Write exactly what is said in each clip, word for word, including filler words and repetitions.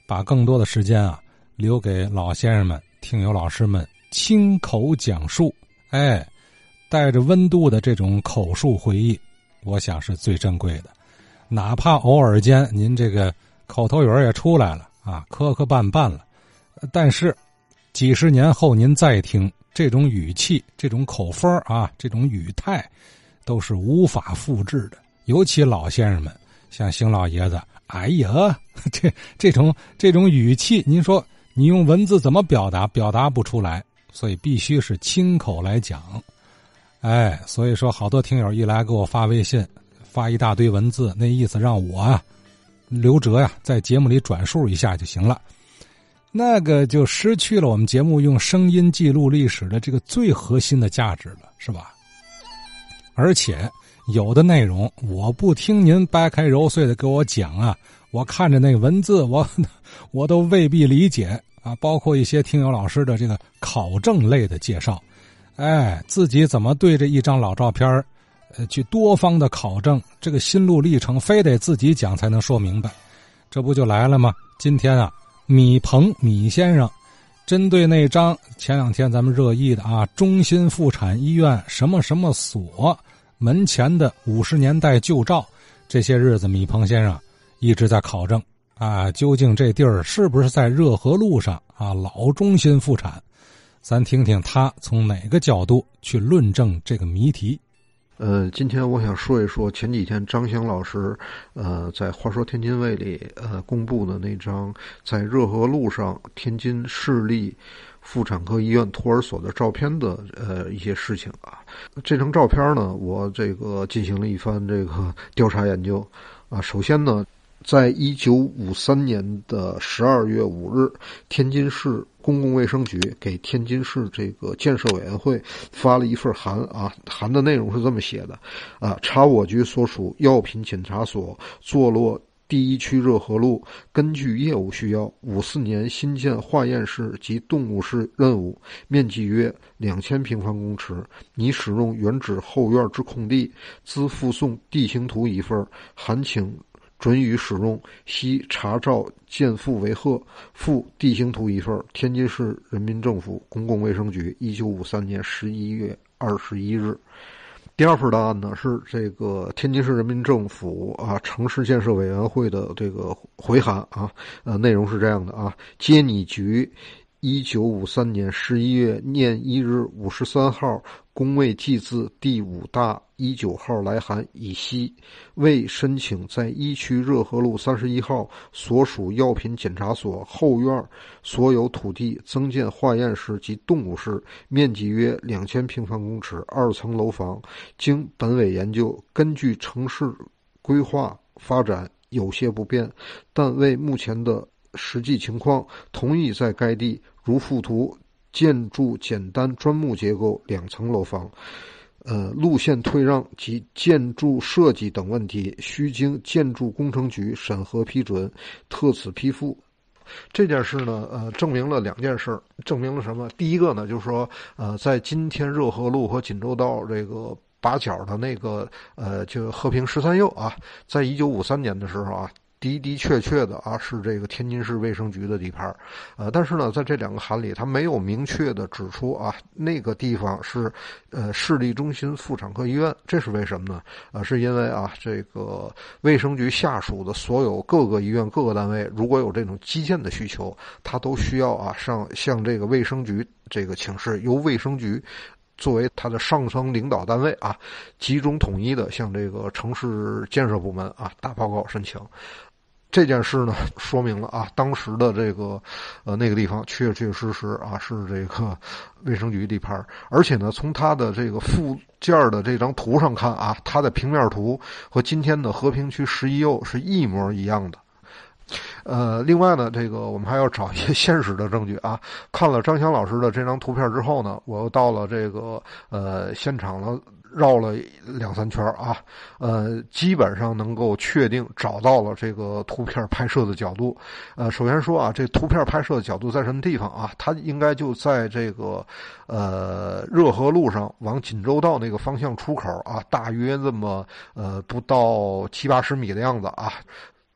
把更多的时间啊留给老先生们、听友老师们亲口讲述，哎，带着温度的这种口述回忆，我想是最珍贵的。哪怕偶尔间您这个口头语也出来了啊，磕磕绊绊了，但是几十年后您再听，这种语气、这种口风啊、这种语态都是无法复制的。尤其老先生们，像邢老爷子，哎呀，这这种这种语气，您说你用文字怎么表达？表达不出来，所以必须是亲口来讲。哎，所以说好多听友一来给我发微信，发一大堆文字，那意思让我啊刘哲呀在节目里转述一下就行了。那个就失去了我们节目用声音记录历史的这个最核心的价值了，是吧？而且有的内容我不听您掰开揉碎的给我讲啊，我看着那个文字我我都未必理解啊，包括一些听友老师的这个考证类的介绍，哎，自己怎么对着一张老照片呃去多方的考证这个心路历程，非得自己讲才能说明白，这不就来了吗？今天啊米鹏米先生针对那张前两天咱们热议的啊中心妇产医院什么什么所门前的五十年代旧照，这些日子米鹏先生一直在考证啊，究竟这地儿是不是在热河路上啊老中心妇产，咱听听他从哪个角度去论证这个谜题。 呃，今天我想说一说前几天张翔老师，呃，在《话说天津卫》里，呃，公布的那张在热河路上天津市立妇产科医院托儿所的照片的呃一些事情啊。这张照片呢，我这个进行了一番这个调查研究啊。首先呢，在一九五三年的十二月五日，天津市公共卫生局给天津市这个建设委员会发了一份函啊，函的内容是这么写的啊：查我局所属药品检查所坐落第一区热河路，根据业务需要，五四年新建化验室及动物室任务，面积约两千平方公尺，拟使用原址后院之空地，兹附送地形图一份，函请准予使用，悉查照见附为贺。附地形图一份，天津市人民政府公共卫生局，一九五三年十一月二十一日。第二份答案呢，是这个天津市人民政府啊城市建设委员会的这个回函啊，呃，内容是这样的啊：接拟局一九五三年十一月廿一日五十三号公卫记字第五大一九号来函以悉，为申请在一区热河路三十一号所属药品检查所后院所有土地增建化验室及动物室，面积约两千平方公尺，二层楼房。经本委研究，根据城市规划发展有些不便，但为目前的实际情况，同意在该地如附图建筑简单砖木结构两层楼房。呃，路线退让及建筑设计等问题，需经建筑工程局审核批准，特此批复。这件事呢，呃，证明了两件事，证明了什么？第一个呢，就是说，呃，在今天热河路和锦州道这个把角的那个，呃，就和平十三幼啊，在一九五三年的时候啊，的的确确的啊，是这个天津市卫生局的地盘，呃，但是呢，在这两个函里，他没有明确的指出啊，那个地方是呃市立中心妇产科医院，这是为什么呢？呃，是因为啊，这个卫生局下属的所有各个医院、各个单位，如果有这种基建的需求，他都需要啊上向这个卫生局这个请示，由卫生局作为他的上层领导单位啊，集中统一的向这个城市建设部门啊打报告申请。这件事呢，说明了啊，当时的这个呃那个地方确确实实啊是这个卫生局地盘，而且呢，从它的这个附件的这张图上看啊，它的平面图和今天的和平区十一幼是一模一样的。呃，另外呢，这个我们还要找一些现实的证据啊。看了张翔老师的这张图片之后呢，我又到了这个呃现场了。绕了两三圈啊，呃，基本上能够确定找到了这个图片拍摄的角度。呃，首先说啊，这图片拍摄的角度在什么地方啊？它应该就在这个呃热河路上往锦州道那个方向出口啊，大约这么呃不到七八十米的样子啊。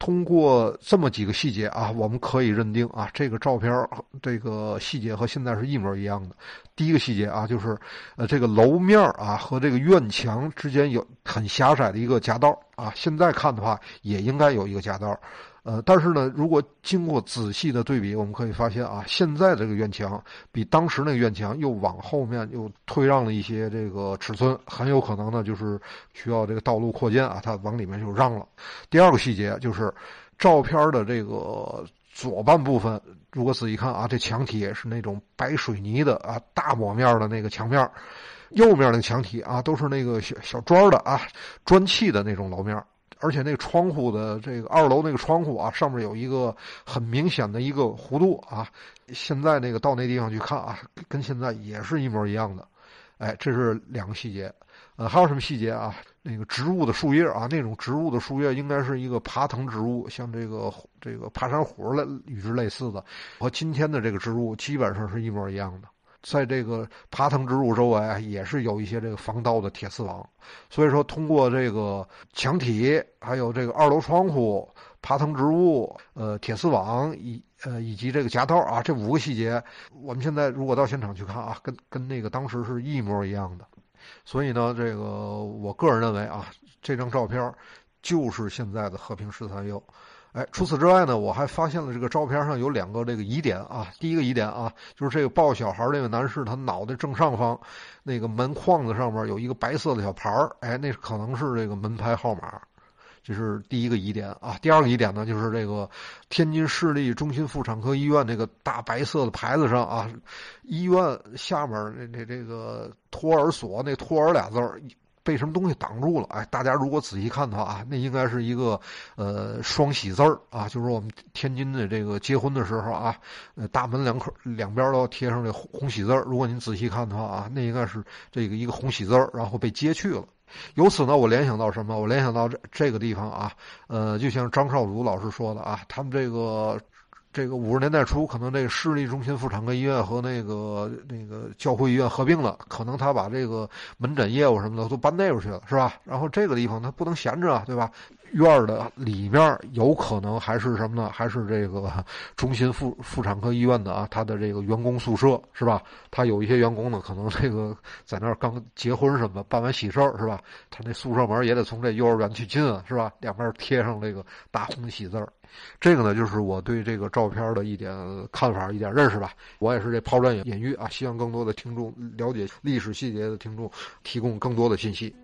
通过这么几个细节啊，我们可以认定啊，这个照片这个细节和现在是一模一样的。第一个细节啊，就是呃这个楼面啊和这个院墙之间有很狭窄的一个夹道啊，现在看的话也应该有一个夹道。呃，但是呢，如果经过仔细的对比，我们可以发现啊，现在这个院墙比当时那个院墙又往后面又退让了一些这个尺寸，很有可能呢就是需要这个道路扩建啊，它往里面就让了。第二个细节就是照片的这个左半部分，如果仔细看啊，这墙体是那种白水泥的啊，大抹面的那个墙面，右面那个墙体啊都是那个小小砖的啊，砖砌的那种楼面。而且那个窗户的这个二楼那个窗户啊，上面有一个很明显的一个弧度啊。现在那个到那地方去看啊，跟现在也是一模一样的。哎，这是两个细节。呃，还有什么细节啊？那个植物的树叶啊，那种植物的树叶应该是一个爬藤植物，像这个这个爬山虎类与之类似的，和今天的这个植物基本上是一模一样的。在这个爬藤植物周围也是有一些这个防盗的铁丝网，所以说通过这个墙体，还有这个二楼窗户、爬藤植物、呃铁丝网以呃以及这个夹道啊，这五个细节，我们现在如果到现场去看啊，跟跟那个当时是一模一样的。所以呢，这个我个人认为啊，这张照片就是现在的和平十三幼。哎，除此之外呢，我还发现了这个照片上有两个这个疑点啊。第一个疑点啊，就是这个抱小孩这位男士，他脑袋正上方那个门框子上面有一个白色的小牌儿，哎，那可能是这个门牌号码，这是第一个疑点啊。第二个疑点呢，就是这个天津市立中心妇产科医院这个大白色的牌子上啊，医院下面这这这个托儿所那托儿俩字儿被什么东西挡住了？哎，大家如果仔细看的话啊，那应该是一个呃双喜字儿啊，就是我们天津的这个结婚的时候啊，呃大门两口两边都要贴上这红喜字儿。如果您仔细看的话啊，那应该是这个一个红喜字儿，然后被揭去了。由此呢，我联想到什么？我联想到这这个地方啊，呃，就像张少祖老师说的啊，他们这个。这个五十年代初，可能这个市立中心妇产科医院和那个那个教会医院合并了，可能他把这个门诊业务什么的都搬那边去了，是吧？然后这个地方他不能闲着啊，对吧？院的里面有可能还是什么呢？还是这个中心妇妇产科医院的啊，他的这个员工宿舍，是吧？他有一些员工呢，可能这个在那儿刚结婚什么，办完喜事儿，是吧？他那宿舍门也得从这幼儿园去进啊，是吧？两边贴上这个大红喜字儿。这个呢，就是我对这个照片的一点看法、一点认识吧。我也是这抛砖引玉啊，希望更多的听众了解历史细节的听众提供更多的信息。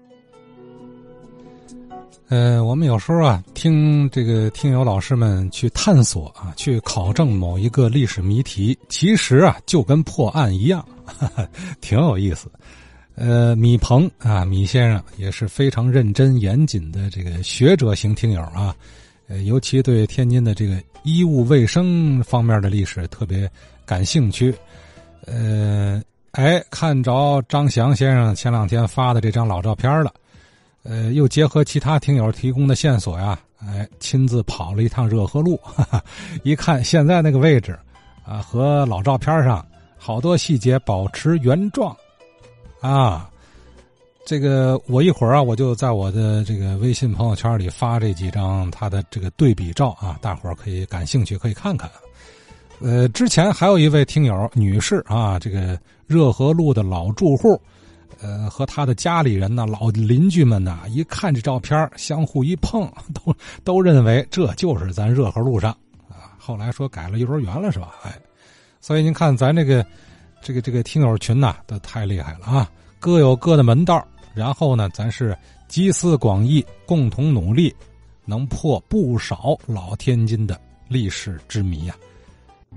呃，我们有时候啊，听这个听友老师们去探索啊，去考证某一个历史谜题，其实啊，就跟破案一样，哈哈，挺有意思。呃，米鹏啊，米先生也是非常认真严谨的这个学者型听友啊。呃，尤其对天津的这个医务卫生方面的历史特别感兴趣。呃，哎，看着张翔先生前两天发的这张老照片了，呃，又结合其他听友提供的线索呀，哎，亲自跑了一趟热河路，哈哈，一看现在那个位置啊，和老照片上好多细节保持原状啊。这个我一会儿啊，我就在我的这个微信朋友圈里发这几张他的这个对比照啊，大伙儿可以感兴趣可以看看。呃，之前还有一位听友女士啊，这个热河路的老住户，呃，和他的家里人呢、老邻居们呢，一看这照片，相互一碰，都都认为这就是咱热河路上啊。后来说改了幼儿园了是吧？哎，所以您看咱这个这个这个听友群呐，都太厉害了啊，各有各的门道。然后呢，咱是集思广益，共同努力，能破不少老天津的历史之谜呀、啊。